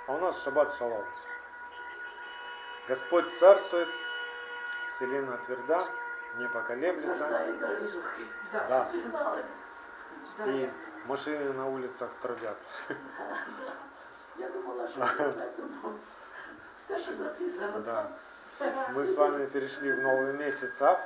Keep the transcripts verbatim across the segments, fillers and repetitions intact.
А у нас шаббат шалом. Господь царствует, вселенная тверда, не поколеблется. Да. И машины на улицах трубят. Я думала, что поэтому даже записано. Да. Мы с вами перешли в новый месяц Ав.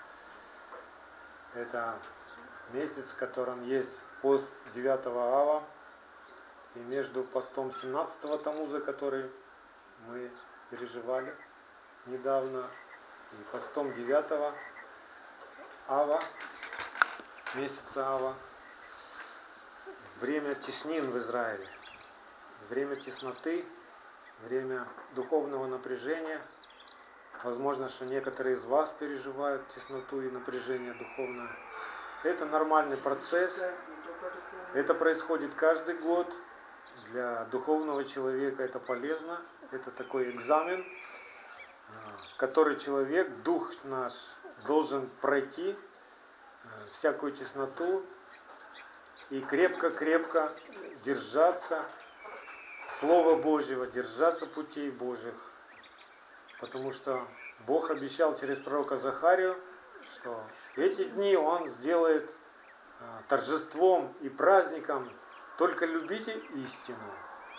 Это месяц, в котором есть пост девятого Ава. И между постом семнадцатого Тамуза, который мы переживали недавно, и постом девятого Ава, месяца Ава, время теснин в Израиле, время тесноты, время духовного напряжения. Возможно, что некоторые из вас переживают тесноту и напряжение духовное. Это нормальный процесс. Это происходит каждый год. Для духовного человека это полезно. Это такой экзамен, который человек, дух наш, должен пройти всякую тесноту и крепко-крепко держаться Слова Божьего, держаться путей Божьих. Потому что Бог обещал через пророка Захарию, что эти дни Он сделает торжеством и праздником. Только любите истину.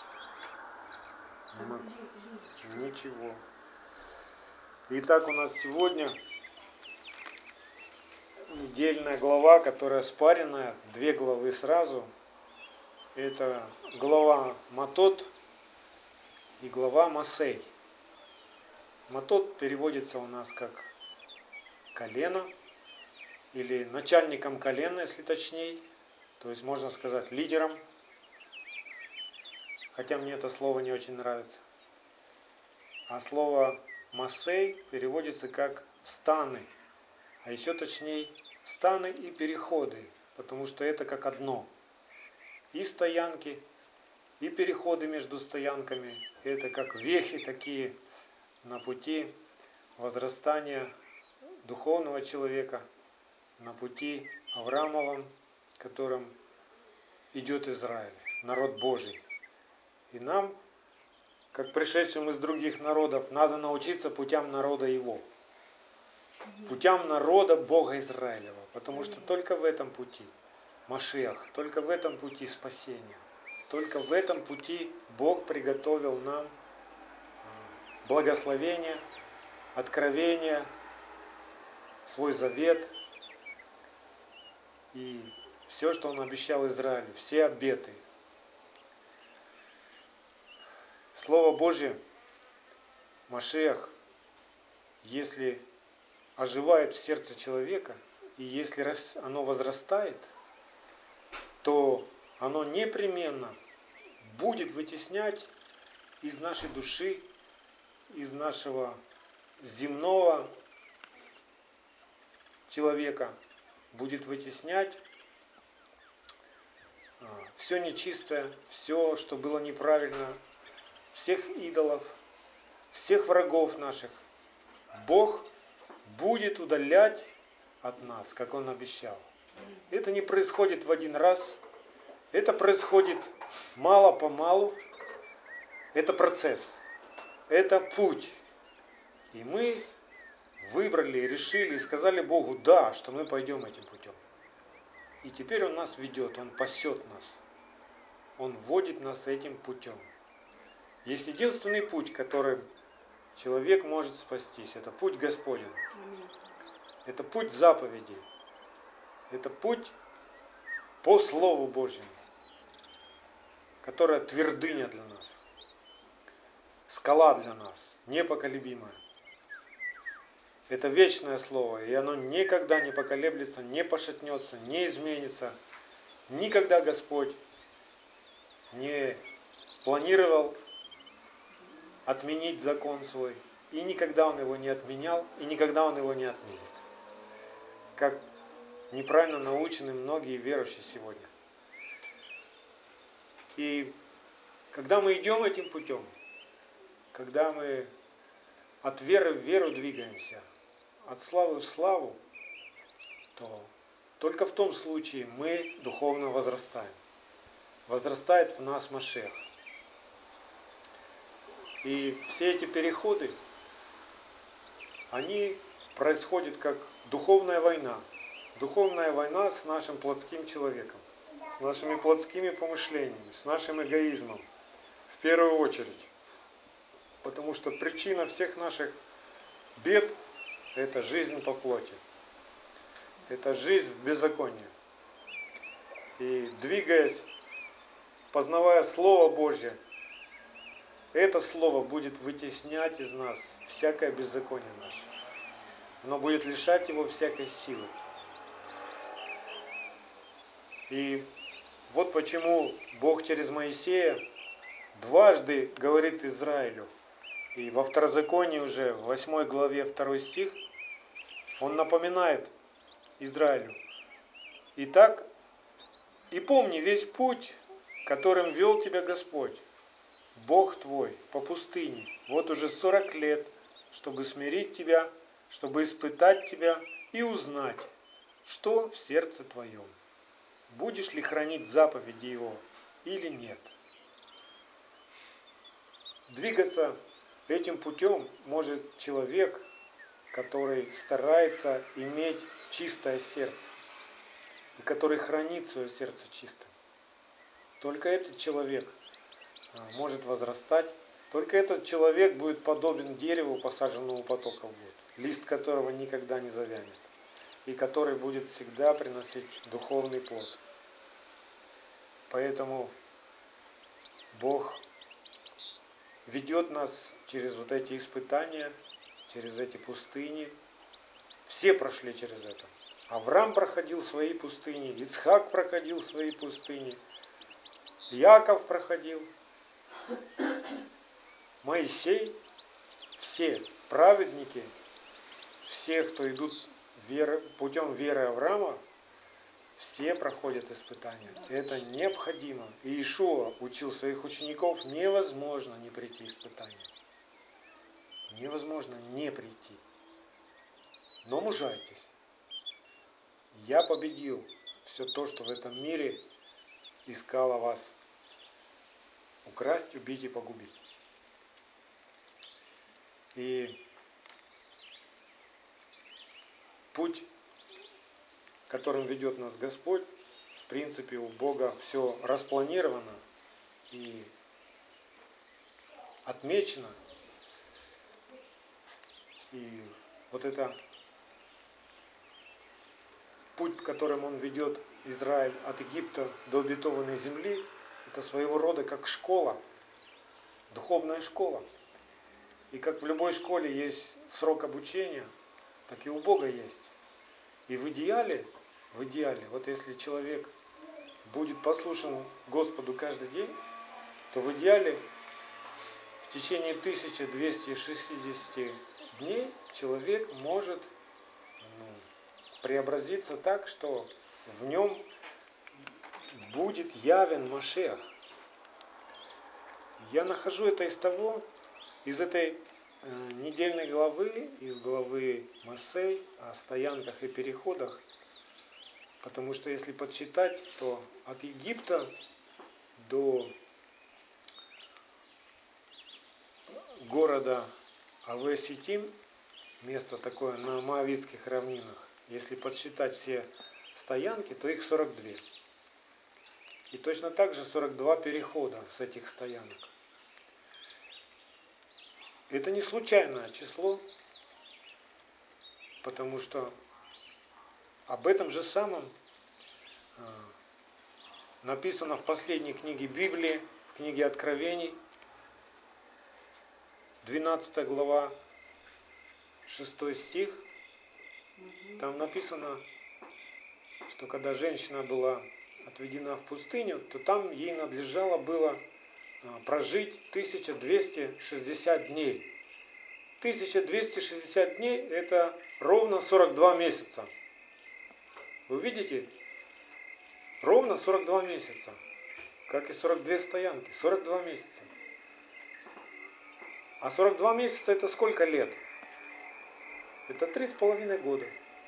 Ничего. Итак, у нас сегодня недельная глава, которая спаренная, две главы сразу. Это глава Матот и глава Масей. Матот переводится у нас как колено, или начальником колена, если точнее. То есть можно сказать лидером. Хотя мне это слово не очень нравится. А слово Масей переводится как станы. А еще точнее станы и переходы. Потому что это как одно. И стоянки, и переходы между стоянками. Это как вехи такие на пути возрастания духовного человека. На пути Авраамовом, которым идет Израиль, народ Божий. И нам, как пришедшим из других народов, надо научиться путям народа его. Путям народа Бога Израилева. Потому что только в этом пути Машиах, только в этом пути спасения. Только в этом пути Бог приготовил нам благословение, откровение, свой завет. И все, что Он обещал Израилю, все обеты. Слово Божье, Машиах, если оживает в сердце человека, и если оно возрастает, то оно непременно будет вытеснять из нашей души, из нашего земного человека, будет вытеснять все нечистое, все, что было неправильно, всех идолов, всех врагов наших. Бог будет удалять от нас, как Он обещал. Это не происходит в один раз. Это происходит мало-помалу. Это процесс. Это путь. И мы выбрали, решили и сказали Богу да, что мы пойдем этим путем. И теперь Он нас ведет, Он пасет нас. Он водит нас этим путем. Есть единственный путь, которым человек может спастись. Это путь Господень. Это путь заповедей. Это путь по Слову Божьему, которая твердыня для нас. Скала для нас, непоколебимая. Это вечное Слово, и оно никогда не поколеблется, не пошатнется, не изменится. Никогда Господь не планировал отменить закон свой, и никогда Он его не отменял, и никогда Он его не отменит. Как неправильно научены многие верующие сегодня. И когда мы идем этим путем, когда мы от веры в веру двигаемся, от славы в славу, то только в том случае мы духовно возрастаем. Возрастает в нас Машиах. И все эти переходы, они происходят как духовная война. Духовная война с нашим плотским человеком, с нашими плотскими помышлениями, с нашим эгоизмом. В первую очередь. Потому что причина всех наших бед – это жизнь по плоти. Это жизнь в беззаконии. И двигаясь, познавая Слово Божье, это Слово будет вытеснять из нас всякое беззаконие наше. Оно будет лишать его всякой силы. И вот почему Бог через Моисея дважды говорит Израилю. И во Второзаконии уже, в восьмой главе, второй стих, Он напоминает Израилю: «Итак, и помни весь путь, которым вел тебя Господь, Бог твой, по пустыне, вот уже сорок лет, чтобы смирить тебя, чтобы испытать тебя и узнать, что в сердце твоем, будешь ли хранить заповеди Его или нет». Двигаться этим путем может человек, который старается иметь чистое сердце, и который хранит свое сердце чистым. Только этот человек может возрастать, только этот человек будет подобен дереву, посаженному потоком вод, лист которого никогда не завянет, и который будет всегда приносить духовный плод. Поэтому Бог ведет нас через вот эти испытания, через эти пустыни. Все прошли через это. Авраам проходил свои пустыни, Ицхак проходил свои пустыни, Иаков проходил, Моисей, все праведники, все, кто идут веры, путем веры Авраама, все проходят испытания. Это необходимо. И Иешуа учил своих учеников: невозможно не прийти испытанию. Невозможно не прийти. Но мужайтесь. Я победил все то, что в этом мире искало вас украсть, убить и погубить. И путь, которым ведет нас Господь, в принципе, у Бога все распланировано и отмечено. И вот это путь, которым Он ведет Израиль от Египта до обетованной земли, это своего рода как школа, духовная школа. И как в любой школе есть срок обучения, так и у Бога есть. И в идеале, в идеале, вот если человек будет послушен Господу каждый день, то в идеале в течение тысячи двухсот шестидесяти дней человек может ну, преобразиться так, что в нем будет явен Машиах. Я нахожу это из того, из этой э, недельной главы, из главы Моисей о стоянках и переходах, потому что если подсчитать, то от Египта до города Аве-Ситим, место такое на Моавитских равнинах, если подсчитать все стоянки, то их сорок две. И точно так же сорок два перехода с этих стоянок. Это не случайное число, потому что об этом же самом написано в последней книге Библии, в книге Откровений, двенадцатая глава, шестой стих. Там написано, что когда женщина была отведена в пустыню, то там ей надлежало было прожить тысяча двести шестьдесят дней. тысяча двести шестьдесят дней – это ровно сорок два месяца. Вы видите? Ровно сорок два месяца. Как и сорок две стоянки. сорок два месяца. А сорок два месяца – это сколько лет? Это три с половиной года.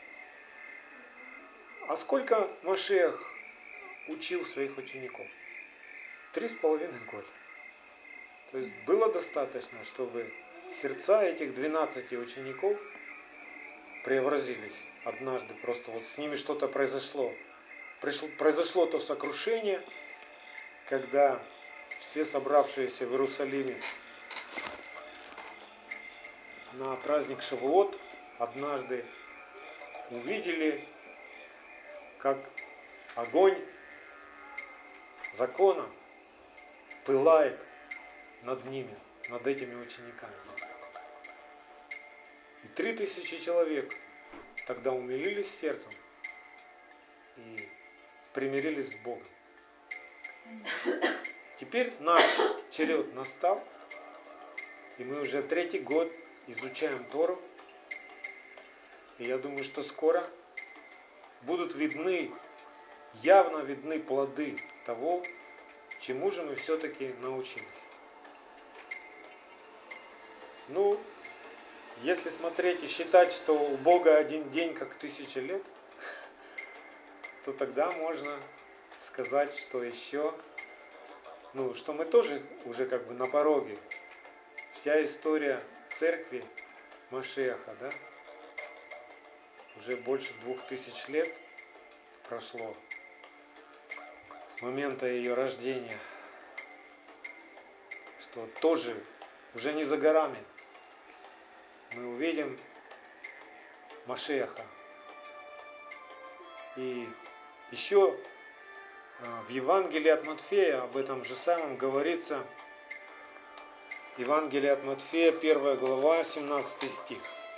А сколько Машиах учил своих учеников? Три с половиной года. То есть было достаточно, чтобы сердца этих двенадцати учеников преобразились однажды. Просто вот с ними что-то произошло. Пришло, произошло то сокрушение, когда все собравшиеся в Иерусалиме на праздник Шавуот однажды увидели, как огонь закона пылает над ними, над этими учениками. И три тысячи человек тогда умилились сердцем и примирились с Богом. Теперь наш черед настал, и мы уже третий год изучаем Тору. И я думаю, что скоро будут видны, явно видны плоды того, чему же мы все-таки научились. Ну, если смотреть и считать, что у Бога один день как тысяча лет, то тогда можно сказать, что еще, ну, что мы тоже уже как бы на пороге. Вся история церкви Машиаха, да, уже больше двух тысяч лет прошло с момента ее рождения, что тоже уже не за горами. Мы увидим Машиаха. И еще в Евангелии от Матфея об этом же самом говорится. Евангелие от Матфея, первая глава, семнадцатый стих.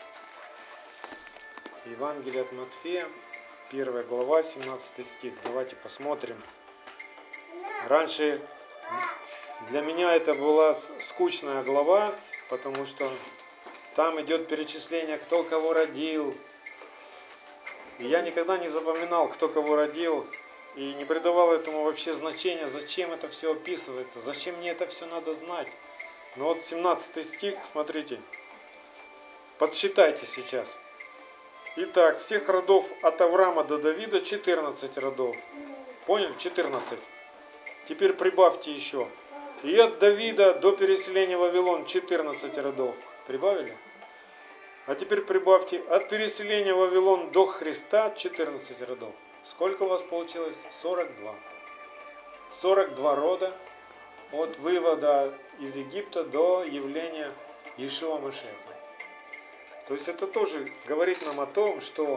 Евангелие от Матфея, первая глава, семнадцатый стих. Давайте посмотрим. Раньше для меня это была скучная глава, потому что там идет перечисление, кто кого родил. И я никогда не запоминал, кто кого родил, и не придавал этому вообще значения, зачем это все описывается, зачем мне это все надо знать. Но вот семнадцатый стих, смотрите, подсчитайте сейчас. Итак, всех родов от Авраама до Давида четырнадцать родов. Поняли? четырнадцать. Теперь прибавьте еще. И от Давида до переселения в Вавилон четырнадцать родов. Прибавили? А теперь прибавьте от переселения в Вавилон до Христа четырнадцать родов. Сколько у вас получилось? сорок два. сорок два рода от вывода из Египта до явления Иешуа Машиаха. То есть это тоже говорит нам о том, что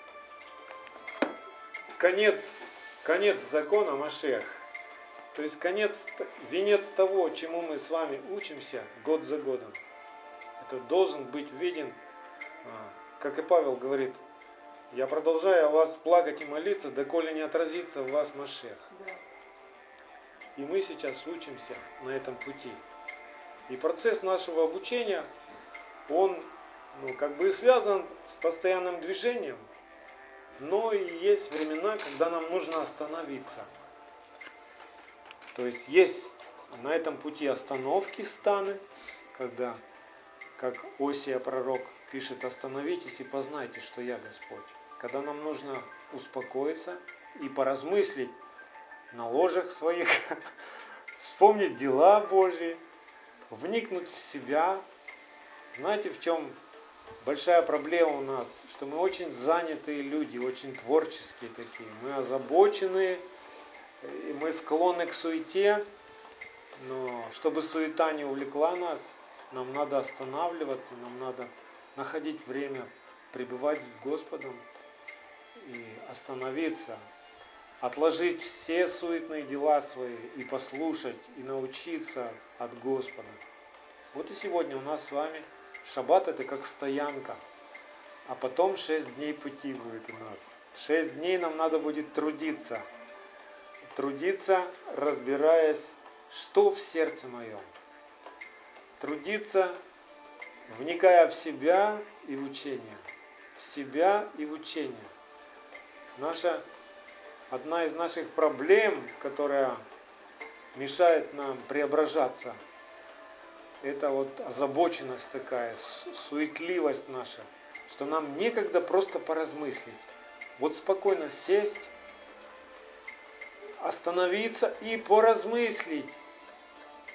конец, конец закона Машиах, то есть конец, венец того, чему мы с вами учимся год за годом, это должен быть виден, как и Павел говорит, я продолжаю о вас плакать и молиться, доколе не отразится в вас Машиах. И мы сейчас учимся на этом пути. И процесс нашего обучения, он ну, как бы связан с постоянным движением, но и есть времена, когда нам нужно остановиться. То есть есть на этом пути остановки, станы, когда, как Осия пророк пишет, остановитесь и познайте, что я Господь. Когда нам нужно успокоиться и поразмыслить на ложах своих, вспомнить дела Божьи, вникнуть в себя. Знаете, в чем большая проблема у нас? Что мы очень занятые люди, очень творческие такие. Мы озабочены, и мы склонны к суете. Но чтобы суета не увлекла нас, нам надо останавливаться, нам надо находить время пребывать с Господом и остановиться, отложить все суетные дела свои и послушать, и научиться от Господа. Вот и сегодня у нас с вами шаббат это как стоянка, а потом шесть дней пути будет у нас. Шесть дней нам надо будет трудиться, трудиться, разбираясь, что в сердце моем. Трудиться, вникая в себя и в учение. В себя и в учение. Наша, одна из наших проблем, которая мешает нам преображаться, это вот озабоченность такая, суетливость наша, что нам некогда просто поразмыслить. Вот спокойно сесть, остановиться и поразмыслить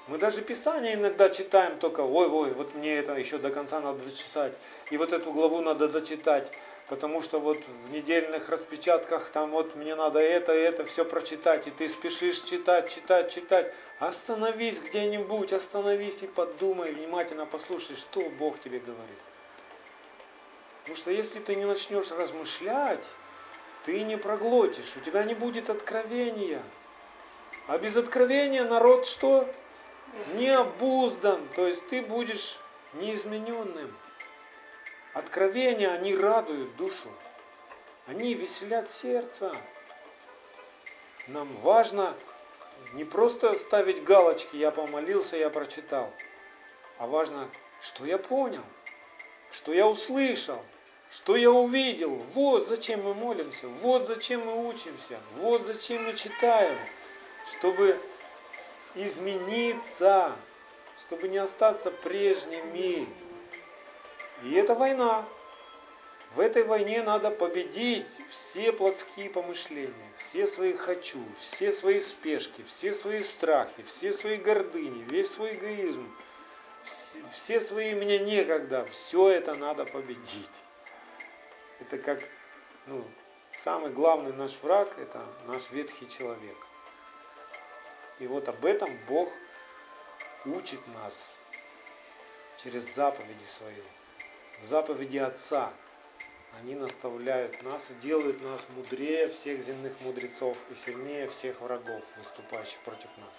Мы даже Писание иногда читаем только, ой-ой, вот мне это еще до конца надо дочитать. И вот эту главу надо дочитать. Потому что вот в недельных распечатках там вот мне надо это, это, все прочитать. И ты спешишь читать, читать, читать. Остановись где-нибудь, остановись и подумай, внимательно послушай, что Бог тебе говорит. Потому что если ты не начнешь размышлять, ты не проглотишь, у тебя не будет откровения. А без откровения народ что? Необуздан, то есть ты будешь неизмененным. Откровения, они радуют душу, они веселят сердце. Нам важно не просто ставить галочки, я помолился, я прочитал, а важно, что я понял, что я услышал, что я увидел. Вот зачем мы молимся, вот зачем мы учимся, вот зачем мы читаем, чтобы измениться, чтобы не остаться прежними. И это война. В этой войне надо победить все плотские помышления, все свои хочу, все свои спешки, все свои страхи, все свои гордыни, весь свой эгоизм, все свои «мне некогда». Все это надо победить. Это как, ну, самый главный наш враг, это наш ветхий человек. И вот об этом Бог учит нас через заповеди свои, заповеди Отца. Они наставляют нас и делают нас мудрее всех земных мудрецов и сильнее всех врагов, выступающих против нас.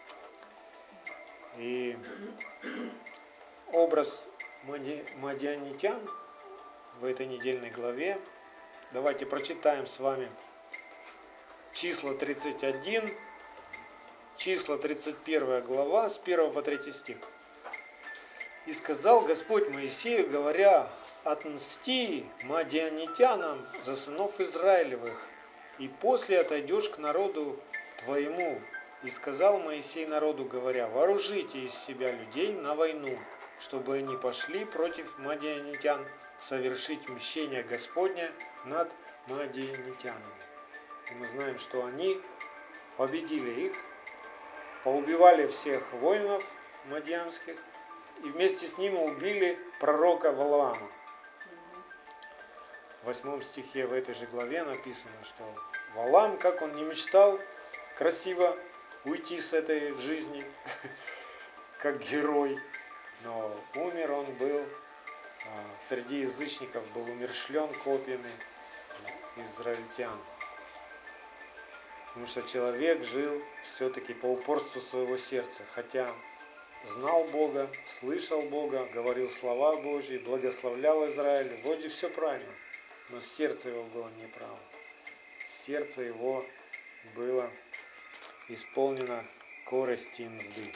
И образ мади, мадианитян в этой недельной главе, давайте прочитаем с вами числа тридцать один, числа тридцать первая глава, с первого по третий стих. «И сказал Господь Моисею, говоря: отмсти мадианитянам за сынов Израилевых, и после отойдешь к народу твоему. И сказал Моисей народу, говоря: вооружите из себя людей на войну, чтобы они пошли против мадианитян совершить мщение Господня над мадианитянами». И мы знаем, что они победили их, поубивали всех воинов мадиамских, и вместе с ним убили пророка Валаама. В восьмом стихе в этой же главе написано, что Валаам, как он не мечтал красиво уйти с этой жизни, как герой, но умер он был, среди язычников был умерщвлен копьями израильтян. Потому что человек жил все-таки по упорству своего сердца, хотя знал Бога, слышал Бога, говорил слова Божьи, благословлял Израиль, вроде все правильно, но сердце его было неправо. Сердце его было исполнено корости и мзды.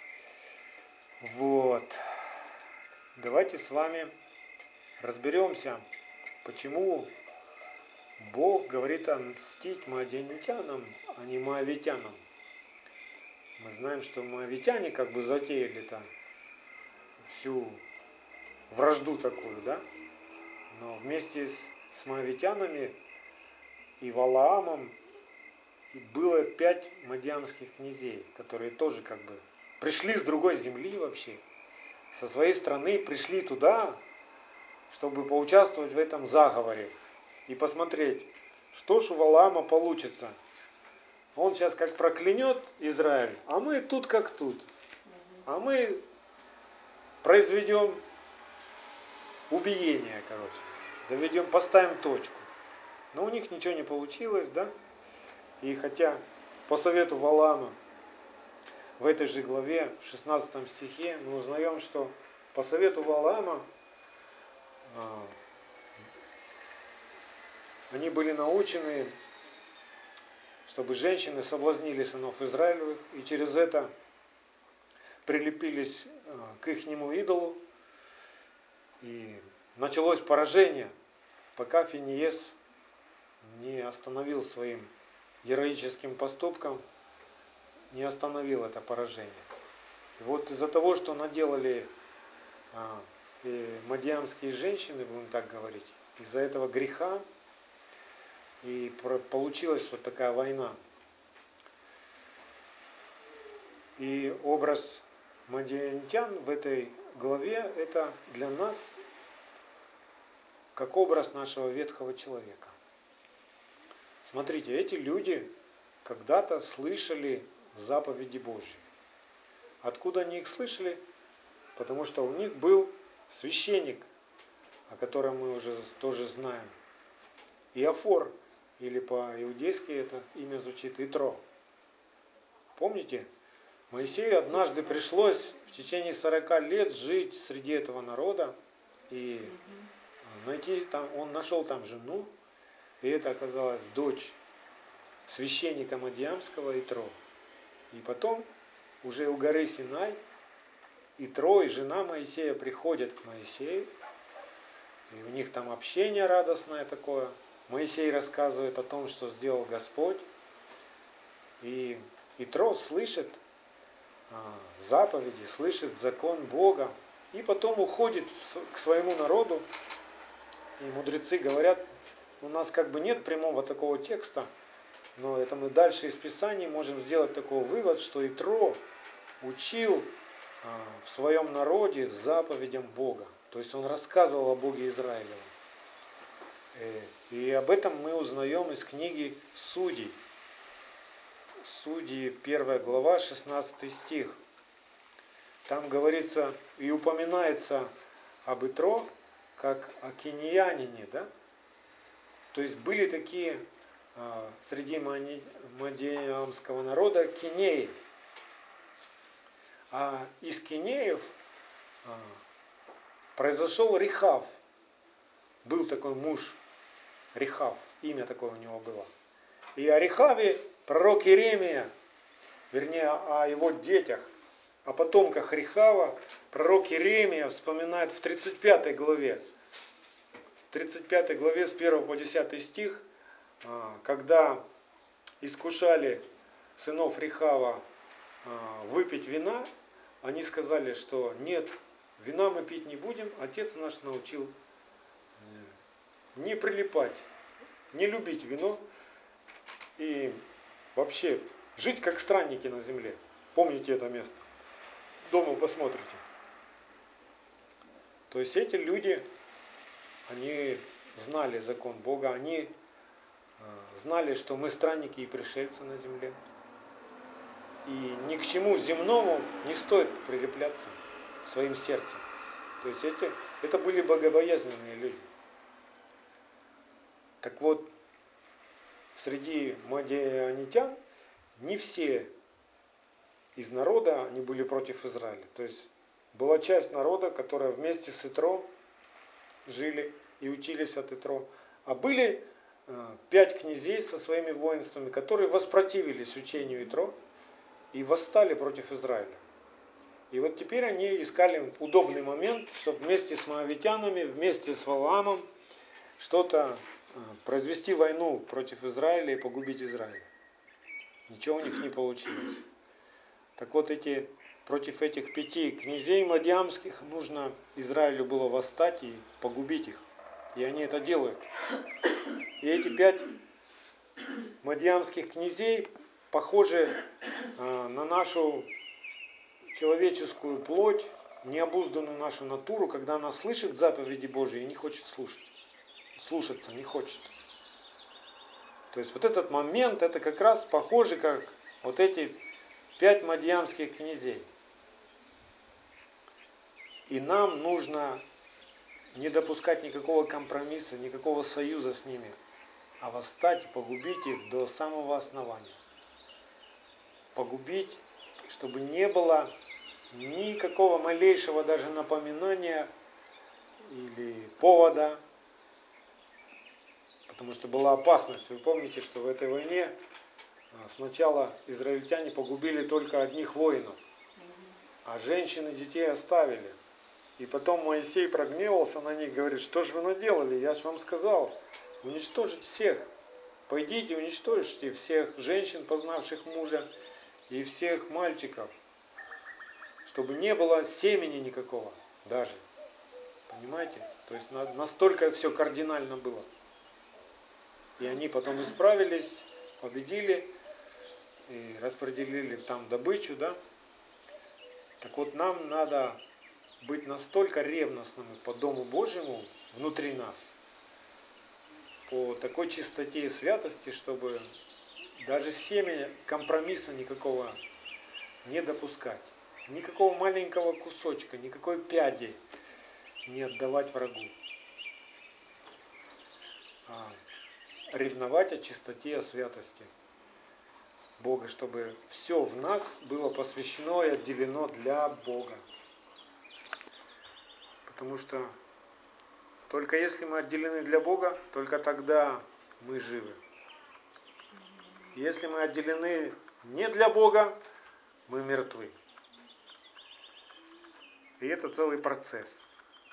Вот. Давайте с вами разберемся, почему Бог говорит отмстить мадианитянам, а не моавитянам. Мы знаем, что моавитяне как бы затеяли-то всю вражду такую, да? Но вместе с, с моавитянами и Валаамом было пять мадиамских князей, которые тоже как бы пришли с другой земли вообще, со своей страны пришли туда, чтобы поучаствовать в этом заговоре и посмотреть, что ж у Валаама получится. Он сейчас как проклянет Израиль, а мы тут как тут. А мы произведем убиение, короче. Доведем, поставим точку. Но у них ничего не получилось, да? И хотя по совету Валаама в этой же главе, в шестнадцатом стихе, мы узнаем, что по совету Валаама а, они были научены, чтобы женщины соблазнили сынов Израилевых и через это прилепились к ихнему идолу. И началось поражение, пока Финиес не остановил своим героическим поступком, не остановил это поражение. И вот из-за того, что наделали а, и мадиамские женщины, будем так говорить, из-за этого греха и получилась вот такая война. И образ мадианитян в этой главе это для нас как образ нашего ветхого человека. Смотрите, эти люди когда-то слышали заповеди Божьи. Откуда они их слышали? Потому что у них был священник, о котором мы уже тоже знаем. Иофор, или по-иудейски это имя звучит Итро. Помните? Моисею однажды пришлось в течение сорока лет жить среди этого народа. И найти там, он нашел там жену. И это оказалась дочь священника Мадиамского Итро. И потом, уже у горы Синай, Итро и жена Моисея приходят к Моисею. И у них там общение радостное такое. Моисей рассказывает о том, что сделал Господь. И Итро слышит а, заповеди, слышит закон Бога. И потом уходит к своему народу. И мудрецы говорят, у нас как бы нет прямого такого текста, но это мы дальше из Писаний можем сделать такой вывод, что Итро учил а, в своем народе заповедям Бога. То есть он рассказывал о Боге Израилевом. И об этом мы узнаем из книги Судей. Судьи, первая глава, шестнадцатый стих. Там говорится и упоминается об Итро, как о киньянине, да? То есть были такие а, среди мадиамского народа кинеи. А из кинеев а, произошел Рехав. Был такой муж Рехав, имя такое у него было. И о Рехаве пророк Иеремия, вернее о его детях, о потомках Рехава, пророк Иеремия вспоминает в тридцать пятой главе. В тридцать пятой главе с первого по десятый стих, когда искушали сынов Рехава выпить вина, они сказали, что нет, вина мы пить не будем, отец наш научил не прилипать, не любить вино и вообще жить как странники на земле. Помните это место? Дома посмотрите. То есть эти люди, они знали закон Бога, они знали, что мы странники и пришельцы на земле. И ни к чему земному не стоит прилепляться своим сердцем. То есть эти, это были богобоязненные люди. Так вот, среди мадианитян не все из народа они были против Израиля. То есть была часть народа, которая вместе с Итро жили и учились от Итро. А были э, пять князей со своими воинствами, которые воспротивились учению Итро и восстали против Израиля. И вот теперь они искали удобный момент, чтобы вместе с моавитянами, вместе с Валаамом что-то э, произвести войну против Израиля и погубить Израиль. Ничего у них не получилось. Так вот, эти, против этих пяти князей мадиамских нужно Израилю было восстать и погубить их. И они это делают. И эти пять мадиамских князей похожи э, на нашу человеческую плоть, необузданную нашу натуру, когда она слышит заповеди Божьи и не хочет слушать. Слушаться не хочет. То есть вот этот момент, это как раз похоже, как вот эти пять мадиамских князей. И нам нужно не допускать никакого компромисса, никакого союза с ними, а восстать и погубить их до самого основания. Погубить, чтобы не было никакого малейшего даже напоминания или повода, потому что была опасность. Вы помните, что в этой войне сначала израильтяне погубили только одних воинов, а женщин и детей оставили. И потом Моисей прогневался на них, говорит, что же вы наделали? Я же вам сказал, уничтожить всех. Пойдите, уничтожьте всех женщин, познавших мужа, и всех мальчиков, чтобы не было семени никакого даже. Понимаете? То есть настолько все кардинально было. И они потом исправились, победили и распределили там добычу, да. Так вот, нам надо быть настолько ревностными по Дому Божьему внутри нас, по такой чистоте и святости, чтобы даже семя компромисса никакого не допускать. Никакого маленького кусочка, никакой пяди не отдавать врагу. А ревновать о чистоте и о святости Бога, чтобы все в нас было посвящено и отделено для Бога. Потому что только если мы отделены для Бога, только тогда мы живы. Если мы отделены не для Бога, мы мертвы. И это целый процесс.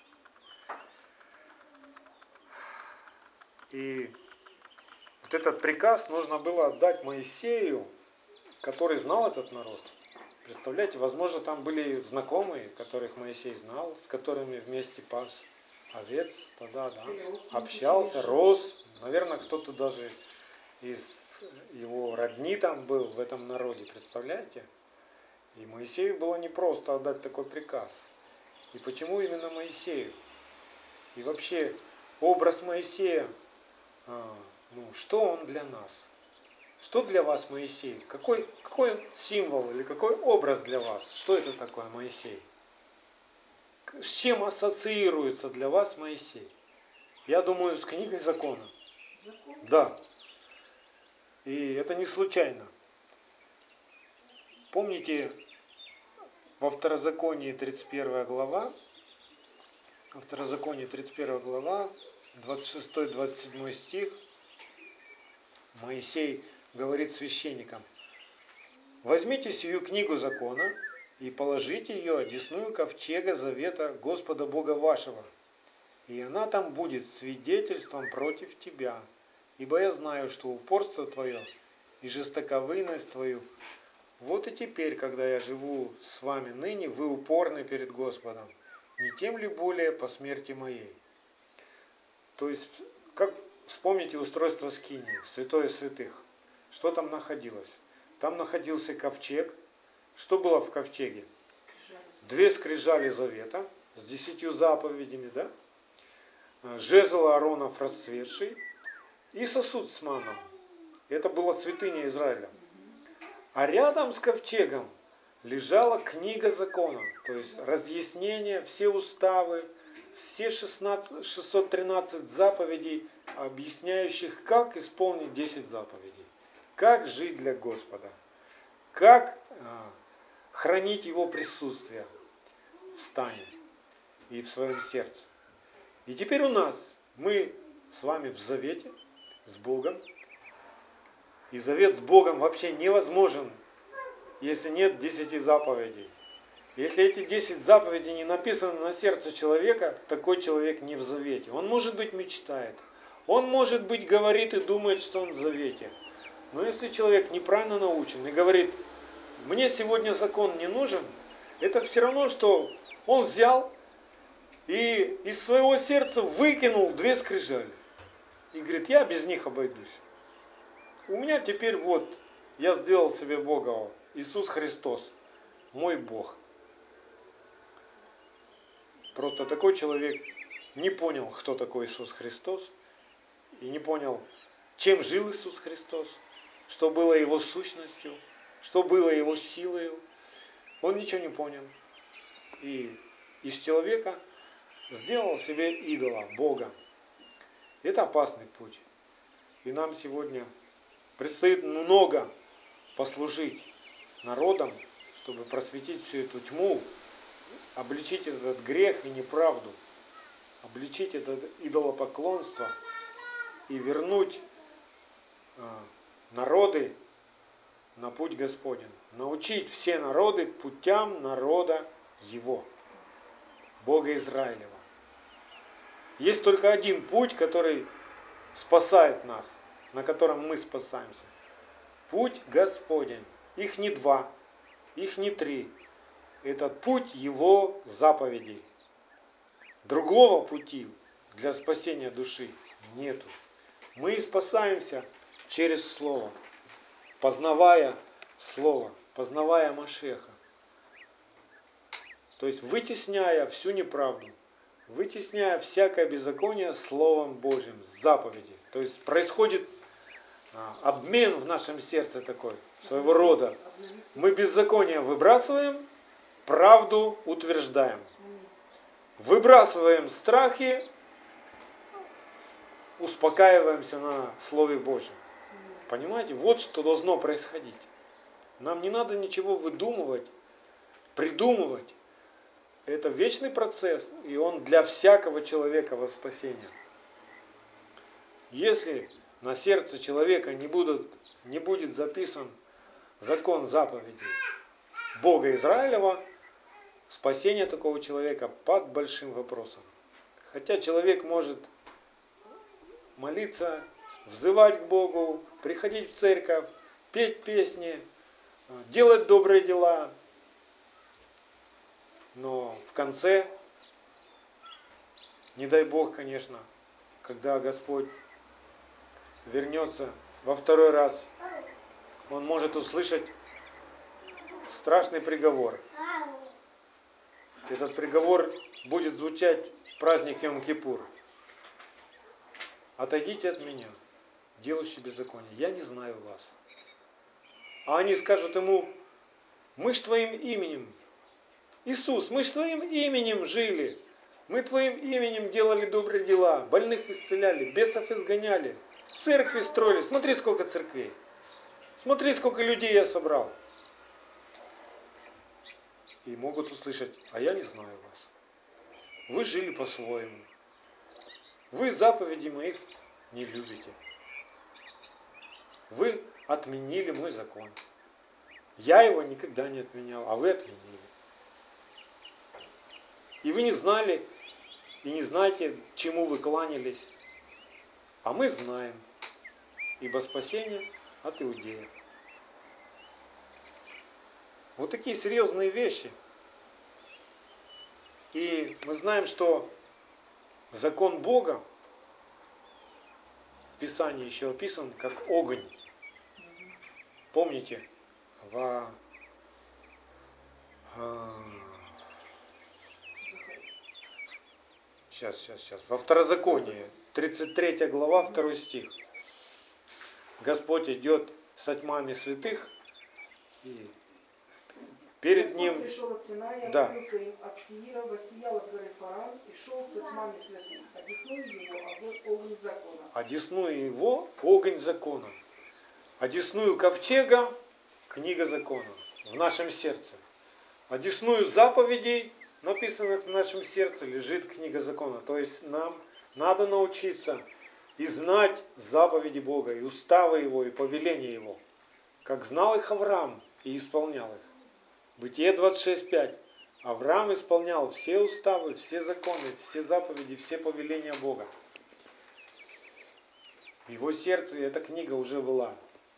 И вот этот приказ нужно было отдать Моисею, который знал этот народ. Представляете, возможно, там были знакомые, которых Моисей знал, с которыми вместе пас овец, стада, да, общался, рос. Наверное, кто-то даже из его родни там был в этом народе, представляете? И Моисею было непросто отдать такой приказ. И почему именно Моисею? И вообще, образ Моисея, а, ну, что он для нас? Что для вас Моисей? Какой, какой символ или какой образ для вас? Что это такое Моисей? С чем ассоциируется для вас Моисей? Я думаю, с книгой закона. Закон. Да. И это не случайно. Помните, во Второзаконии тридцать первая глава, во Второзаконии тридцать первая глава, двадцать шестой двадцать седьмой стих, Моисей говорит священникам: возьмите сию книгу закона и положите ее одесную ковчега завета Господа Бога вашего, и она там будет свидетельством против тебя, ибо я знаю, что упорство твое и жестоковыйность твою. Вот и теперь, когда я живу с вами ныне, вы упорны перед Господом, не тем ли более по смерти моей. То есть, как вспомните устройство скинии, святое святых. Что там находилось? Там находился ковчег. Что было в ковчеге? Две скрижали завета с десятью заповедями, да? Жезл Ааронов расцветший и сосуд с маном. Это была святыня Израиля. А рядом с ковчегом лежала книга закона, то есть разъяснение, все уставы, все шестнадцать, шестьсот тринадцать заповедей, объясняющих, как исполнить десять заповедей, как жить для Господа, как а, хранить Его присутствие в стане и в своем сердце. И теперь у нас, мы с вами в завете с Богом, и завет с Богом вообще невозможен, если нет десяти заповедей. Если эти десять заповедей не написаны на сердце человека, такой человек не в завете. Он, может быть, мечтает. Он, может быть, говорит и думает, что он в завете. Но если человек неправильно научен и говорит: мне сегодня закон не нужен, это все равно, что он взял и из своего сердца выкинул две скрижали. И говорит: я без них обойдусь. У меня теперь вот, я сделал себе Бога, Иисус Христос, мой Бог. Просто такой человек не понял, кто такой Иисус Христос, и не понял, чем жил Иисус Христос, что было Его сущностью, что было Его силой. Он ничего не понял. И из человека сделал себе идола, Бога. Это опасный путь. И нам сегодня предстоит много послужить народам, чтобы просветить всю эту тьму, обличить этот грех и неправду, обличить это идолопоклонство и вернуть э, народы на путь Господень. Научить все народы путям народа Его, Бога Израилева. Есть только один путь, который спасает нас, на котором мы спасаемся. Путь Господень. Их не два, их не три. Это путь Его заповедей. Другого пути для спасения души нету. Мы спасаемся через Слово, познавая Слово, познавая Машеха. То есть вытесняя всю неправду, вытесняя всякое беззаконие Словом Божьим, заповеди. То есть происходит а, обмен в нашем сердце такой, своего рода. Мы беззаконие выбрасываем, правду утверждаем. Выбрасываем страхи, успокаиваемся на Слове Божьем. Понимаете? Вот что должно происходить. Нам не надо ничего выдумывать, придумывать. Это вечный процесс, и он для всякого человека во спасение. Если на сердце человека не, будут, не будет записан закон заповедей Бога Израилева, спасение такого человека под большим вопросом. Хотя человек может молиться, взывать к Богу, приходить в церковь, петь песни, делать добрые дела, но в конце, не дай Бог, конечно, когда Господь вернется во второй раз, он может услышать страшный приговор. Этот приговор будет звучать в праздник Йом-Кипур. Отойдите от меня, делающие беззаконие, я не знаю вас. А они скажут ему, мы ж твоим именем, Иисус, мы ж твоим именем жили, мы твоим именем делали добрые дела, больных исцеляли, бесов изгоняли, церкви строили, смотри, сколько церквей, смотри, сколько людей я собрал. И могут услышать, а я не знаю вас. Вы жили по-своему. Вы заповеди моих не любите. Вы отменили мой закон. Я его никогда не отменял, а вы отменили. И вы не знали, и не знаете, чему вы кланялись. А мы знаем, ибо спасение от иудеев. Вот такие серьезные вещи. И мы знаем, что закон Бога в Писании еще описан как огонь. Помните, во, сейчас, сейчас, сейчас, во Второзаконии, тридцать третья глава, второй стих. Господь идет со тьмами святых, и перед Господь ним, пришел от Синая, да, открылся им от Сеира, воссиял от горы Фаран и шел со тьмами святых, одесную его огонь закона. Одесную его огонь закона. Одесную ковчега книга закона в нашем сердце. Одесную заповедей, написанных в нашем сердце, лежит книга закона. То есть нам надо научиться и знать заповеди Бога, и уставы Его, и повеления Его, как знал их Авраам и исполнял их. Бытие двадцать шесть пять. Авраам исполнял все уставы, все законы, все заповеди, все повеления Бога. В его сердце эта книга уже была,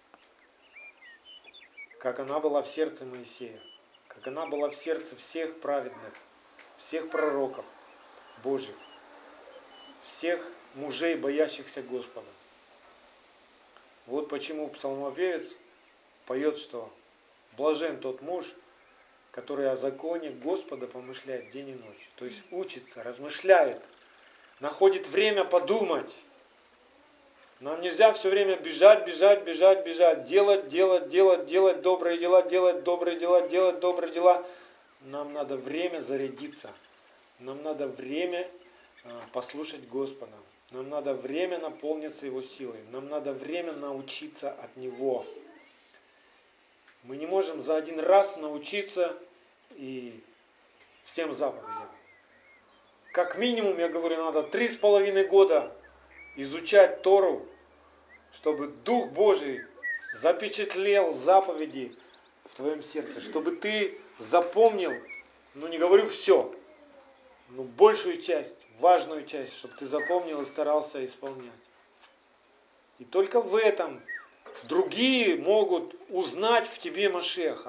как она была в сердце Моисея, как она была в сердце всех праведных, всех пророков Божьих, всех мужей, боящихся Господа. Вот почему псалмопевец поет, что блажен тот муж, который о законе Господа помышляет день и ночь. То есть учится, размышляет, находит время подумать. Нам нельзя все время бежать, бежать, бежать, бежать, делать, делать, делать, делать добрые дела, делать добрые дела, делать добрые дела. Нам надо время зарядиться. Нам надо время послушать Господа. Нам надо время наполниться Его силой. Нам надо время научиться от Него. Мы не можем за один раз научиться и всем заповедям. Как минимум, я говорю, надо три с половиной года изучать Тору, чтобы Дух Божий запечатлел заповеди в твоем сердце, чтобы ты запомнил, ну не говорю все, но большую часть, важную часть, чтобы ты запомнил и старался исполнять. И только в этом другие могут узнать в тебе Машеха.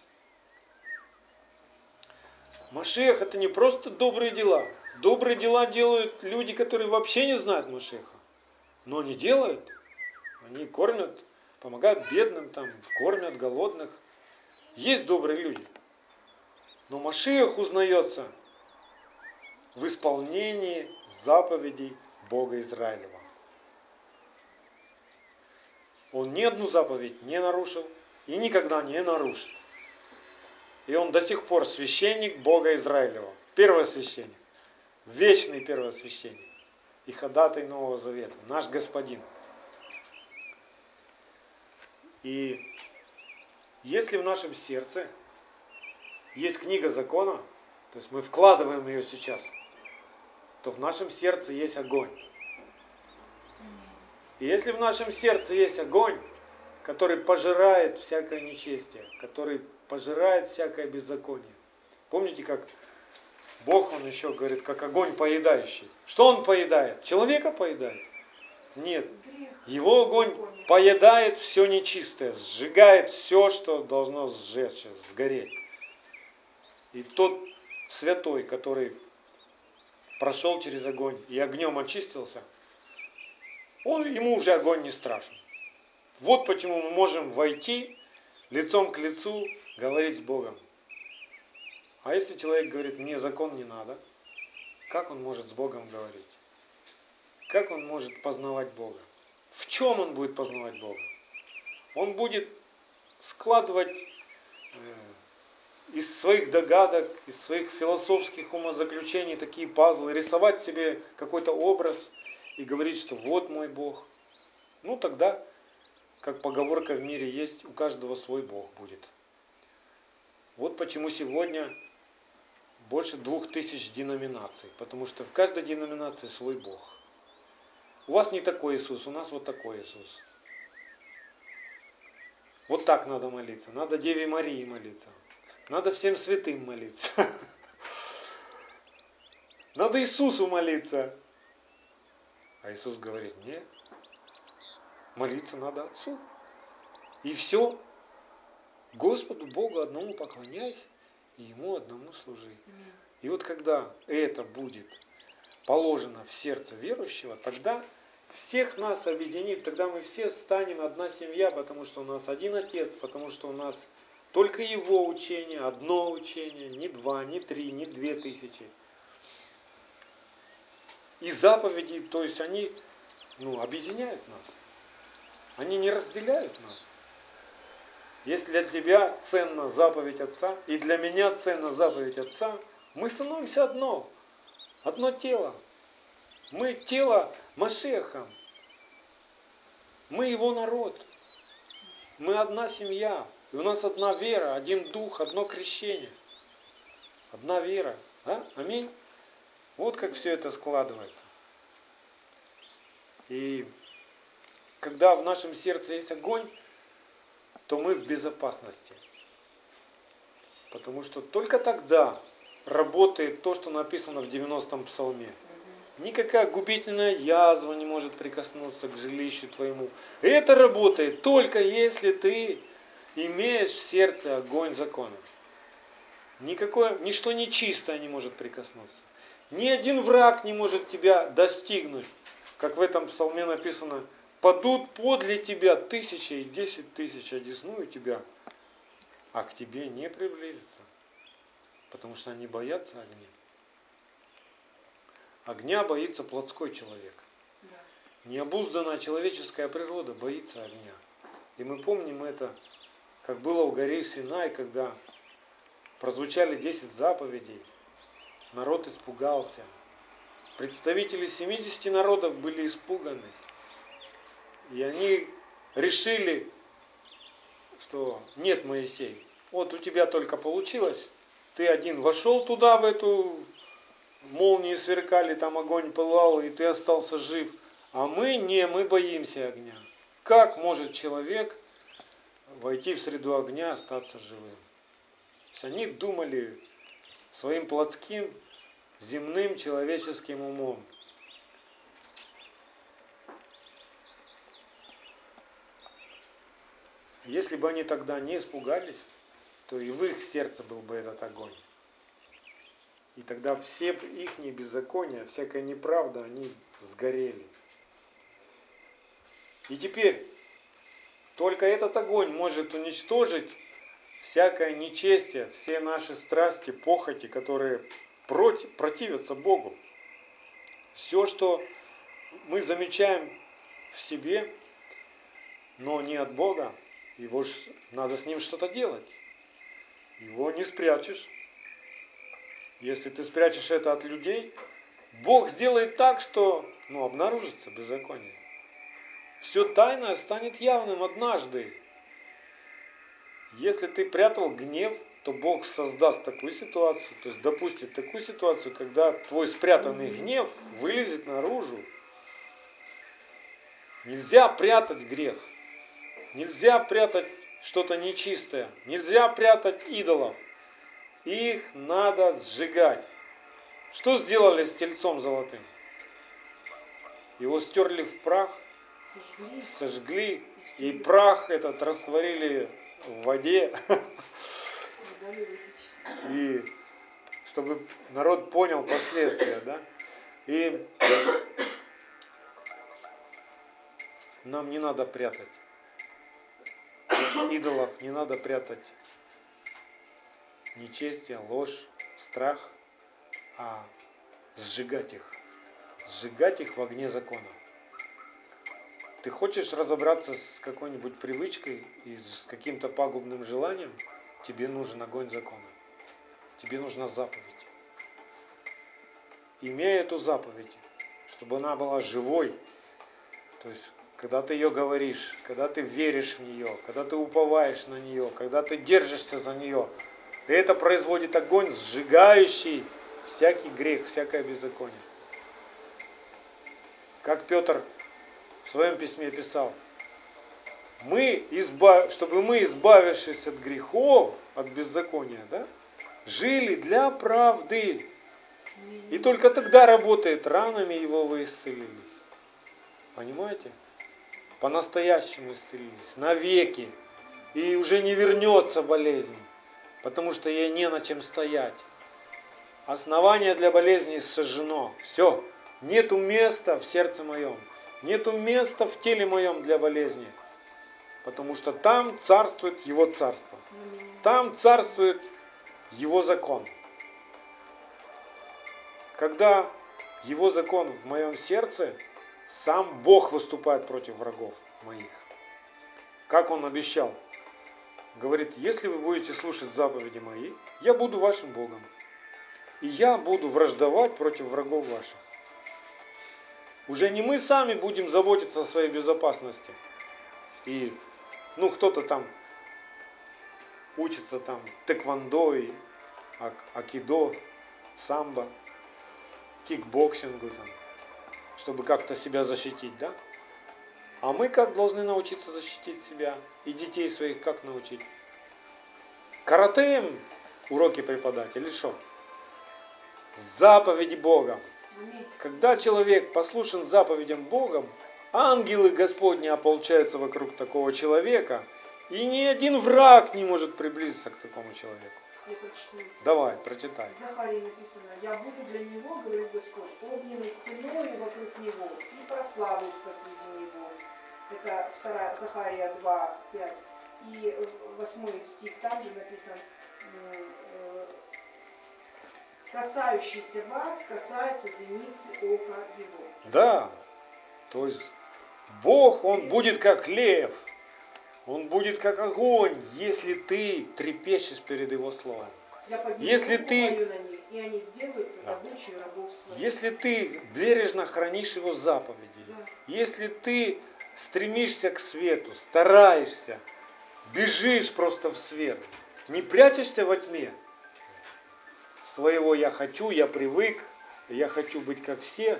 Машех это не просто добрые дела. Добрые дела делают люди, которые вообще не знают Машеха. Но они делают. Они кормят, помогают бедным, там, кормят голодных. Есть добрые люди. Но Машиах узнается в исполнении заповедей Бога Израилева. Он ни одну заповедь не нарушил и никогда не нарушит. И он до сих пор священник Бога Израилева. Первосвященник. Вечный первосвященник. И ходатай Нового Завета. Наш Господин. И если в нашем сердце есть книга закона, то есть мы вкладываем ее сейчас, то в нашем сердце есть огонь. И если в нашем сердце есть огонь, который пожирает всякое нечестие, который пожирает всякое беззаконие. Помните, как Бог, Он еще говорит, как огонь поедающий. Что Он поедает? Человека поедает? Нет. Его огонь поедает все нечистое, сжигает все, что должно сжечь, сгореть. И тот святой, который прошел через огонь и огнем очистился, он, ему уже огонь не страшен. Вот почему мы можем войти лицом к лицу, говорить с Богом. А если человек говорит, мне закон не надо, как он может с Богом говорить? Как он может познавать Бога? В чем он будет познавать Бога? Он будет складывать э, из своих догадок, из своих философских умозаключений такие пазлы, рисовать себе какой-то образ и говорить, что вот мой Бог. Ну тогда, как поговорка в мире есть, у каждого свой Бог будет. Вот почему сегодня больше двух тысяч деноминаций, потому что в каждой деноминации свой Бог. У вас не такой Иисус, у нас вот такой Иисус. Вот так надо молиться. Надо Деве Марии молиться. Надо всем святым молиться. Надо Иисусу молиться. А Иисус говорит, нет. Молиться надо Отцу. И все. Господу Богу одному поклоняйся и Ему одному служи. И вот когда это будет положено в сердце верующего, тогда всех нас объединит, тогда мы все станем одна семья, потому что у нас один Отец, потому что у нас только Его учение, одно учение, не два, не три, не две тысячи. И заповеди, то есть они ну, объединяют нас. Они не разделяют нас. Если для тебя ценна заповедь Отца, и для меня ценна заповедь Отца, мы становимся одно. Одно тело. Мы тело Машеха. Мы его народ. Мы одна семья. И у нас одна вера, один дух, одно крещение. Одна вера. А? Аминь. Вот как все это складывается. И когда в нашем сердце есть огонь, то мы в безопасности. Потому что только тогда работает то, что написано в девяностом псалме. Никакая губительная язва не может прикоснуться к жилищу твоему. Это работает только если ты имеешь в сердце огонь закона. Никакое, ничто нечистое не может прикоснуться. Ни один враг не может тебя достигнуть. Как в этом псалме написано, падут подле тебя тысячи и десять тысяч, одесную тебя, а к тебе не приблизится. Потому что они боятся огня. Огня боится плотской человек. Необузданная человеческая природа боится огня. И мы помним это, как было у горы Синай, когда прозвучали десять заповедей. Народ испугался. Представители семидесяти народов были испуганы. И они решили, что нет, Моисей, вот у тебя только получилось, ты один вошел туда, в эту молнии сверкали, там огонь пылал, и ты остался жив. А мы не, мы боимся огня. Как может человек войти в среду огня, остаться живым? То есть они думали своим плотским, земным, человеческим умом. Если бы они тогда не испугались, то и в их сердце был бы этот огонь. И тогда все их беззакония, всякая неправда, они сгорели. И теперь только этот огонь может уничтожить всякое нечестие, все наши страсти, похоти, которые против, противятся Богу. Все, что мы замечаем в себе, но не от Бога, его ж, надо с ним что-то делать. Его не спрячешь. Если ты спрячешь это от людей, Бог сделает так, что ну, обнаружится беззаконие. Все тайное станет явным однажды. Если ты прятал гнев, то Бог создаст такую ситуацию, то есть допустит такую ситуацию, когда твой спрятанный гнев вылезет наружу. Нельзя прятать грех. Нельзя прятать что-то нечистое. Нельзя прятать идолов. Их надо сжигать. Что сделали с тельцом золотым? Его стерли в прах, Сожгли. сожгли, и прах этот растворили в воде. И чтобы народ понял последствия, да? И нам не надо прятать идолов, не надо прятать нечестие, ложь, страх, а сжигать их. Сжигать их в огне закона. Ты хочешь разобраться с какой-нибудь привычкой и с каким-то пагубным желанием? Тебе нужен огонь закона. Тебе нужна заповедь. Имея эту заповедь, чтобы она была живой, то есть, когда ты ее говоришь, когда ты веришь в нее, когда ты уповаешь на нее, когда ты держишься за нее, это производит огонь, сжигающий всякий грех, всякое беззаконие. Как Петр в своем письме писал, мы, избав... чтобы мы, избавившись от грехов, от беззакония, да, жили для правды. И только тогда работает, ранами его вы исцелились. Понимаете? По-настоящему исцелились, навеки. И уже не вернется болезнь, потому что ей не на чем стоять. Основание для болезни сожжено. Все. Нету места в сердце моем. Нету места в теле моем для болезни. Потому что там царствует его царство. Там царствует его закон. Когда его закон в моем сердце, сам Бог выступает против врагов моих. Как он обещал? Говорит, если вы будете слушать заповеди мои, я буду вашим Богом. И я буду враждовать против врагов ваших. Уже не мы сами будем заботиться о своей безопасности. И, ну, кто-то там учится там тэквондо, и акидо, самбо, кикбоксингу, там, чтобы как-то себя защитить, да? А мы как должны научиться защитить себя? И детей своих как научить? Карате им уроки преподать или что? Заповеди Бога. Когда человек послушен заповедям Богом, ангелы Господни ополчаются вокруг такого человека, и ни один враг не может приблизиться к такому человеку. Я прочту. Давай, прочитай. В Захарии написано, я буду для него, говорит Господь, огненной стеною вокруг него и прославлюсь посреди него. Это вторая Захария два, пять. И восьмой стих там же написан, касающийся вас, касается зеницы ока его. Да, то есть Бог, Он будет как лев, Он будет как огонь, если ты трепещешь перед Его Словом. Я Если ты, на них, и они сделаются добычей рабов своих. Если ты бережно хранишь Его заповеди, Да. если ты стремишься к свету, стараешься, бежишь просто в свет, не прячешься во тьме своего «я хочу», «я привык», «я хочу быть как все».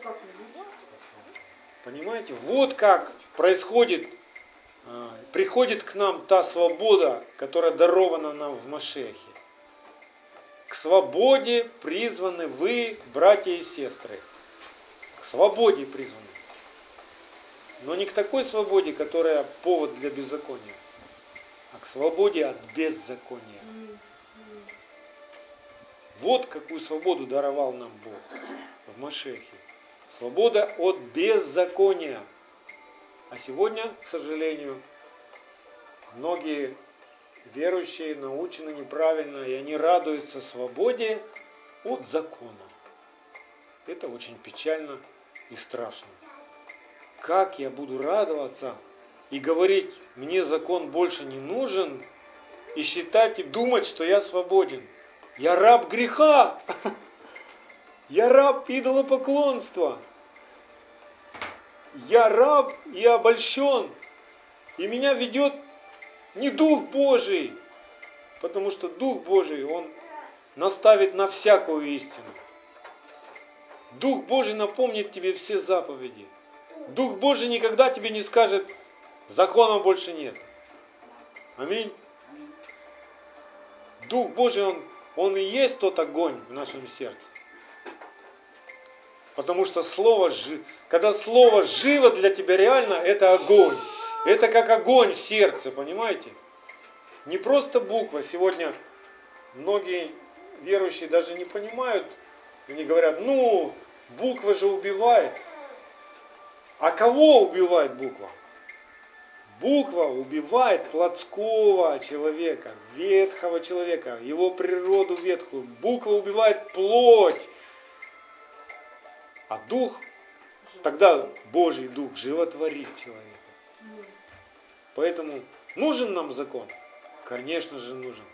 Понимаете? Вот как происходит, приходит к нам та свобода, которая дарована нам в Машехе. К свободе призваны вы, братья и сестры. К свободе призваны. Но не к такой свободе, которая повод для беззакония, а к свободе от беззакония. Вот какую свободу даровал нам Бог в Машехе. Свобода от беззакония. А сегодня, к сожалению, многие верующие научены неправильно, и они радуются свободе от закона. Это очень печально и страшно. Как я буду радоваться и говорить, мне закон больше не нужен, и считать и думать, что я свободен? Я раб греха! Я раб идолопоклонства! Я раб и обольщен! И меня ведет не Дух Божий, потому что Дух Божий, Он наставит на всякую истину. Дух Божий напомнит тебе все заповеди. Дух Божий никогда тебе не скажет, закона больше нет. Аминь. Дух Божий, Он, Он и есть тот огонь в нашем сердце. Потому что слово, когда слово живо для тебя реально, это огонь. Это как огонь в сердце, понимаете? Не просто буква. Сегодня многие верующие даже не понимают. Они говорят, ну, буква же убивает. А кого убивает буква? Буква убивает плотского человека, ветхого человека, его природу ветхую. Буква убивает плоть. А дух, тогда Божий дух животворит человека. Поэтому нужен нам закон? Конечно же нужен.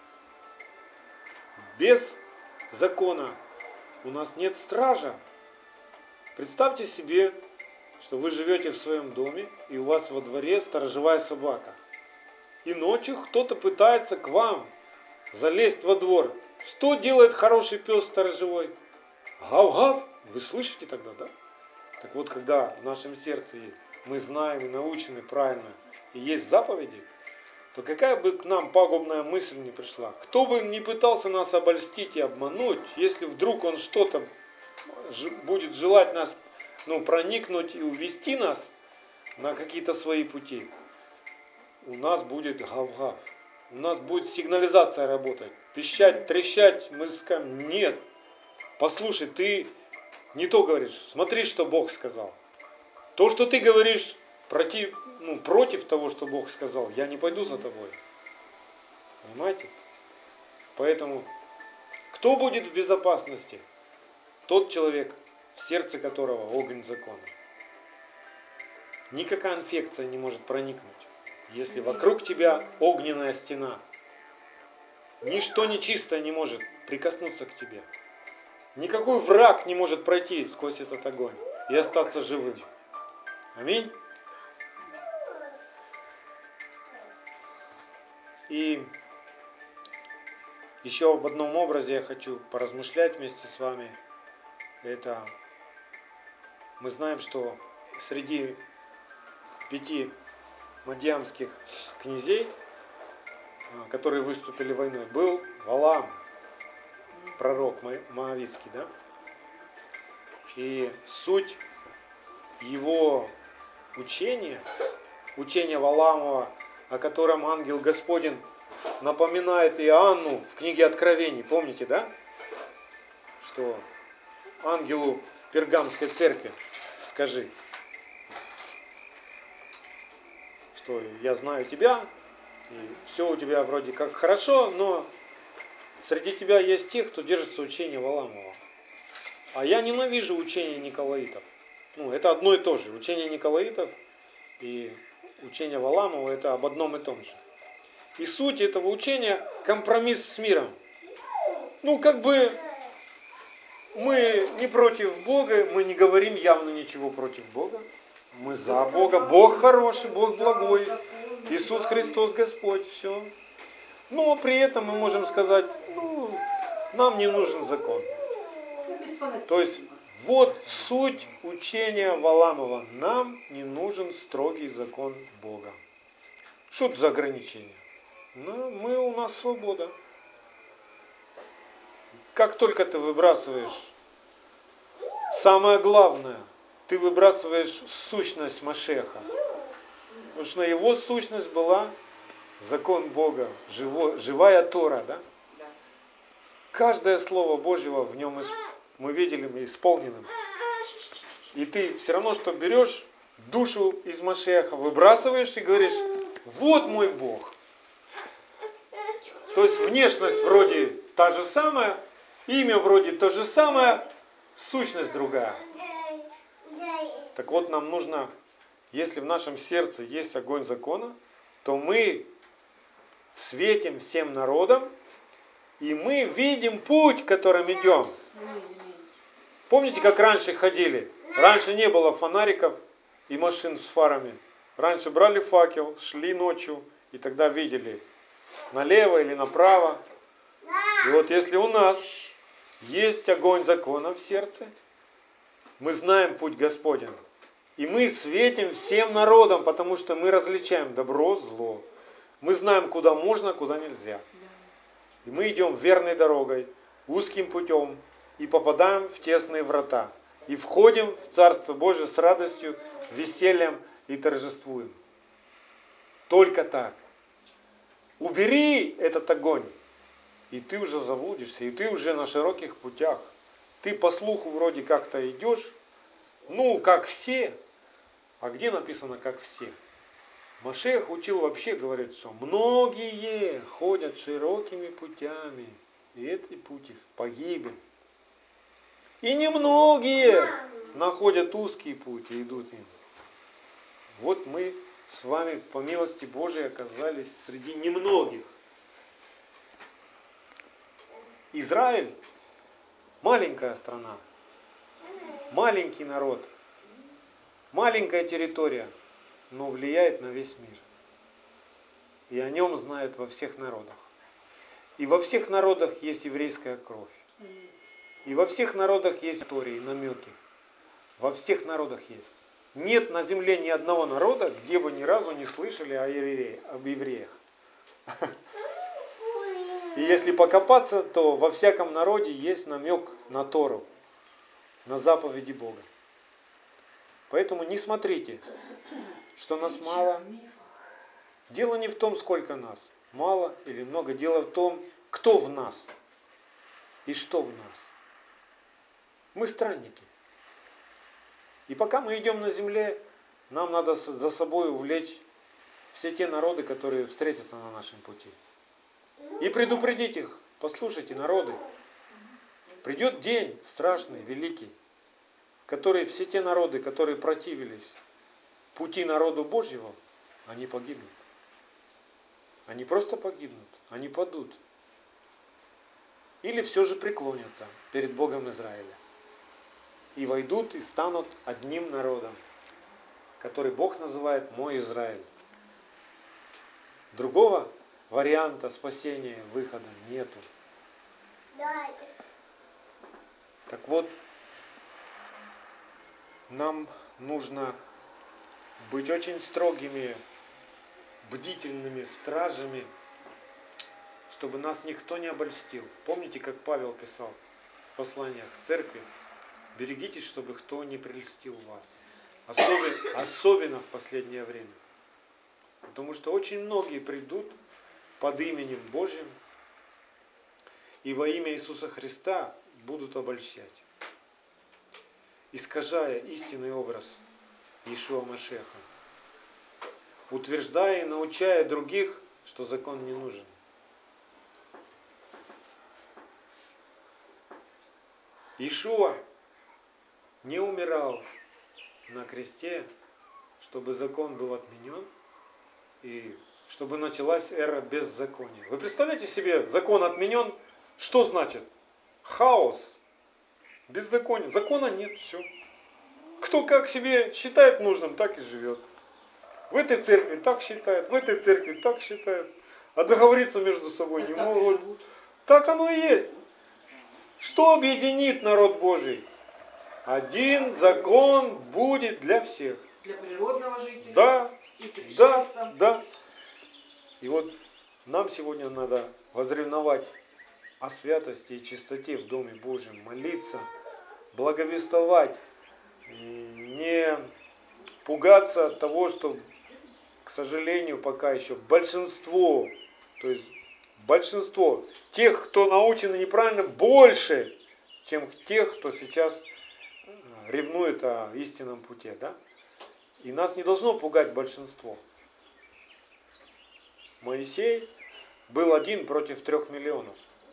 Без закона у нас нет стража. Представьте себе, что вы живете в своем доме, и у вас во дворе сторожевая собака. И ночью кто-то пытается к вам залезть во двор. Что делает хороший пес сторожевой? Гав-гав. Вы слышите тогда, да? Так вот, когда в нашем сердце мы знаем и научены правильно, и есть заповеди, то какая бы к нам пагубная мысль не пришла, кто бы ни пытался нас обольстить и обмануть, если вдруг он что-то будет желать нас, ну, проникнуть и увести нас на какие-то свои пути, у нас будет гав-гав. У нас будет сигнализация работать. Пищать, трещать, мы скажем, нет. Послушай, ты не то говоришь. Смотри, что Бог сказал. То, что ты говоришь против, ну, против того, что Бог сказал, я не пойду за тобой. Понимаете? Поэтому, кто будет в безопасности? Тот человек, в сердце которого огонь закона. Никакая инфекция не может проникнуть, если вокруг тебя огненная стена. Ничто нечистое не может прикоснуться к тебе. Никакой враг не может пройти сквозь этот огонь и остаться живым. Аминь. И еще об одном образе я хочу поразмышлять вместе с вами. Это мы знаем, что среди пяти мадьямских князей, которые выступили войной, был Валаам, пророк Моавитский, да? И суть его учения, учения Валаамова, о котором ангел Господень напоминает Иоанну в книге Откровений, помните, да? Что ангелу Пергамской церкви скажи, что я знаю тебя, и все у тебя вроде как хорошо, но среди тебя есть те, кто держится учения Валаамова. А я ненавижу учение Николаитов. Ну, это одно и то же. Учение Николаитов и учение Валаамова это об одном и том же. И суть этого учения – компромисс с миром. Ну, как бы мы не против Бога, мы не говорим явно ничего против Бога. Мы за Бога. Бог хороший, Бог благой. Иисус Христос Господь, все. Но при этом мы можем сказать, ну, нам не нужен закон. То есть, вот суть учения Валаамова. Нам не нужен строгий закон Бога. Что это за ограничение? Ну, мы, у нас свобода. Как только ты выбрасываешь, самое главное, ты выбрасываешь сущность Машеха. Потому что его сущность была закон Бога, живо, живая Тора, да? Каждое слово Божьего в нем мы видели исполненным. И ты все равно, что берешь душу из Машеха, выбрасываешь и говоришь, вот мой Бог. То есть внешность вроде та же самая, имя вроде то же самое, сущность другая. Так вот, нам нужно, если в нашем сердце есть огонь закона, то мы светим всем народам, и мы видим путь, которым идем. Помните, как раньше ходили? Раньше не было фонариков и машин с фарами. Раньше брали факел, шли ночью, и тогда видели налево или направо. И вот если у нас есть огонь закона в сердце, мы знаем путь Господень. И мы светим всем народам, потому что мы различаем добро, зло. Мы знаем, куда можно, куда нельзя. И мы идем верной дорогой, узким путем, и попадаем в тесные врата. И входим в Царство Божие с радостью, весельем и торжествуем. Только так. Убери этот огонь, и ты уже заблудишься, и ты уже на широких путях. Ты по слуху вроде как-то идешь, ну, как все. А где написано «как все»? Машиах учил вообще, говорит, что многие ходят широкими путями, и эти пути в погибель. И немногие находят узкие пути и идут им. Вот мы с вами по милости Божией оказались среди немногих. Израиль маленькая страна, маленький народ, маленькая территория, но влияет на весь мир. И о нем знают во всех народах. И во всех народах есть еврейская кровь. И во всех народах есть истории, намеки. Во всех народах есть. Нет на земле ни одного народа, где бы ни разу не слышали о евреях, об евреях. И если покопаться, то во всяком народе есть намек на Тору, на заповеди Бога. Поэтому не смотрите, что нас мало. Дело не в том, сколько нас, мало или много. Дело в том, кто в нас и что в нас. Мы странники. И пока мы идем на земле, нам надо за собой увлечь все те народы, которые встретятся на нашем пути. И предупредить их: послушайте, народы, придет день страшный, великий, в который все те народы, которые противились пути народу Божьего, они погибнут. Они просто погибнут, они падут. Или все же преклонятся перед Богом Израиля. И войдут и станут одним народом, который Бог называет «Мой Израиль». Другого варианта спасения, выхода нету. Так вот, нам нужно быть очень строгими, бдительными стражами, чтобы нас никто не обольстил. Помните, как Павел писал в посланиях к церкви: берегитесь, чтобы кто не прельстил вас. Особенно, особенно в последнее время. Потому что очень многие придут под именем Божьим и во имя Иисуса Христа будут обольщать, искажая истинный образ Иешуа Машиаха, утверждая и научая других, что закон не нужен. Иешуа не умирал на кресте, чтобы закон был отменен и чтобы началась эра беззакония. Вы представляете себе, закон отменен, что значит? Хаос, беззаконие. Закона нет, все. Кто как себе считает нужным, так и живет. В этой церкви так считают, в этой церкви так считают. А договориться между собой не могут. Так оно и есть. Что объединит народ Божий? Один закон будет для всех. Для природного жителя. Да, и да, да. И вот нам сегодня надо возревновать о святости и чистоте в Доме Божьем, молиться, благовествовать, не пугаться от того, что, к сожалению, пока еще большинство, то есть большинство тех, кто научены неправильно, больше, чем тех, кто сейчас ревнует о истинном пути. Да? И нас не должно пугать большинство. Моисей был один против трех миллионов.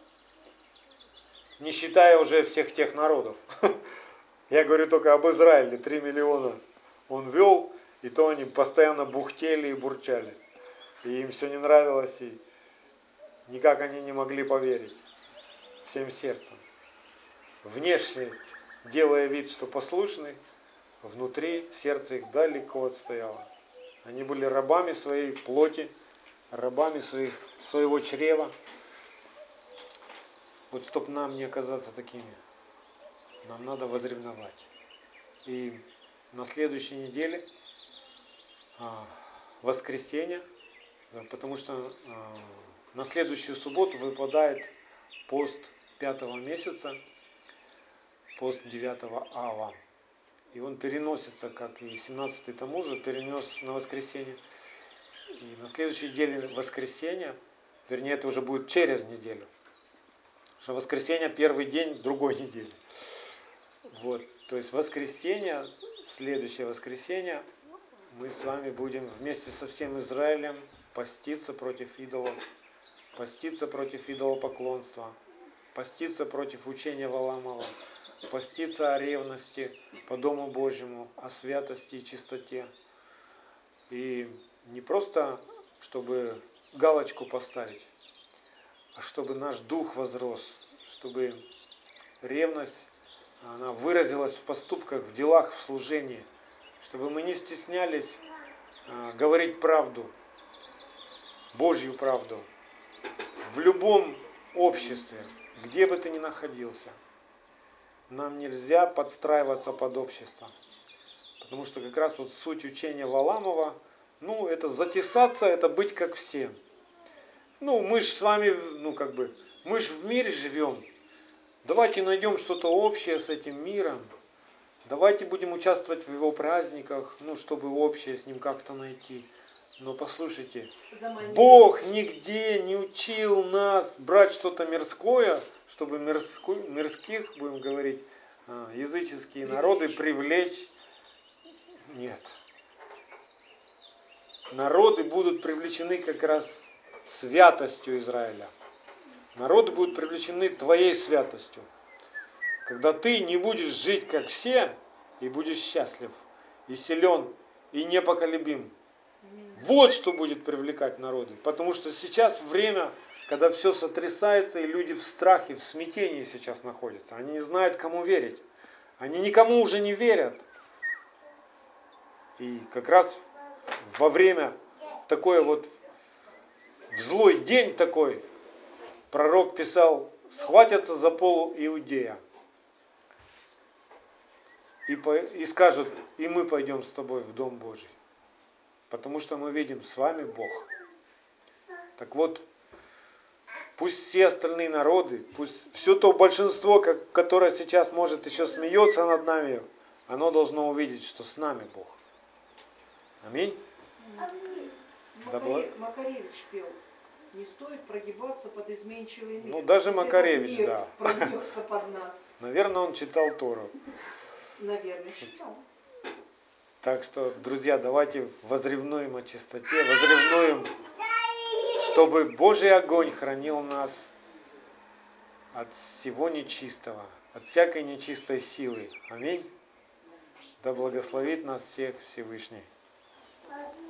Не считая уже всех тех народов. Я говорю только об Израиле, три миллиона он вел, и то они постоянно бухтели и бурчали. И им все не нравилось, и никак они не могли поверить всем сердцем. Внешне, делая вид, что послушны, внутри сердце их далеко отстояло. Они были рабами своей плоти, рабами своих, своего чрева. Вот чтобы нам не оказаться такими, нам надо возревновать. И на следующей неделе, воскресенье, потому что на следующую субботу выпадает пост пятого месяца, пост девятого ава. И он переносится, как и семнадцатый Тамуза, перенес на воскресенье. И на следующей неделе воскресенье, вернее, это уже будет через неделю. Что воскресенье первый день другой недели. Вот, то есть воскресенье, следующее воскресенье, мы с вами будем вместе со всем Израилем поститься против идолов, поститься против идолопоклонства, поститься против учения Валамова, поститься о ревности по Дому Божьему, о святости и чистоте. И не просто, чтобы галочку поставить, а чтобы наш дух возрос, чтобы ревность, она выразилась в поступках, в делах, в служении, чтобы мы не стеснялись э, говорить правду, Божью правду, в любом обществе, где бы ты ни находился. Нам нельзя подстраиваться под общество. Потому что как раз вот суть учения Валамова, ну, это затесаться, это быть как все. Ну, мы же с вами, ну, как бы, мы же в мире живем. Давайте найдем что-то общее с этим миром. Давайте будем участвовать в его праздниках, ну, чтобы общее с ним как-то найти. Но послушайте, Бог нигде не учил нас брать что-то мирское, чтобы мирской, мирских, будем говорить, языческие народы привлечь. Нет. Народы будут привлечены как раз святостью Израиля. Народы будут привлечены твоей святостью. Когда ты не будешь жить как все, и будешь счастлив, и силен, и непоколебим. Вот что будет привлекать народы. Потому что сейчас время, когда все сотрясается, и люди в страхе, в смятении сейчас находятся. Они не знают, кому верить. Они никому уже не верят. И как раз во время такое вот, в злой день такой, пророк писал: схватятся за полу Иудея. И, по, и скажут: и мы пойдем с тобой в Дом Божий. Потому что мы видим, с вами Бог. Так вот, пусть все остальные народы, пусть все то большинство, как, которое сейчас может еще смеется над нами, оно должно увидеть, что с нами Бог. Аминь. Макаревич, Макаревич пел: не стоит прогибаться под изменчивый мир. Ну, даже Пусть Макаревич, этот мир да. прогнется под нас. Наверное, он читал Тору. Наверное, читал. Так что, друзья, давайте возревнуем о чистоте, возревнуем, чтобы Божий огонь хранил нас от всего нечистого, от всякой нечистой силы. Аминь. Да благословит нас всех Всевышний.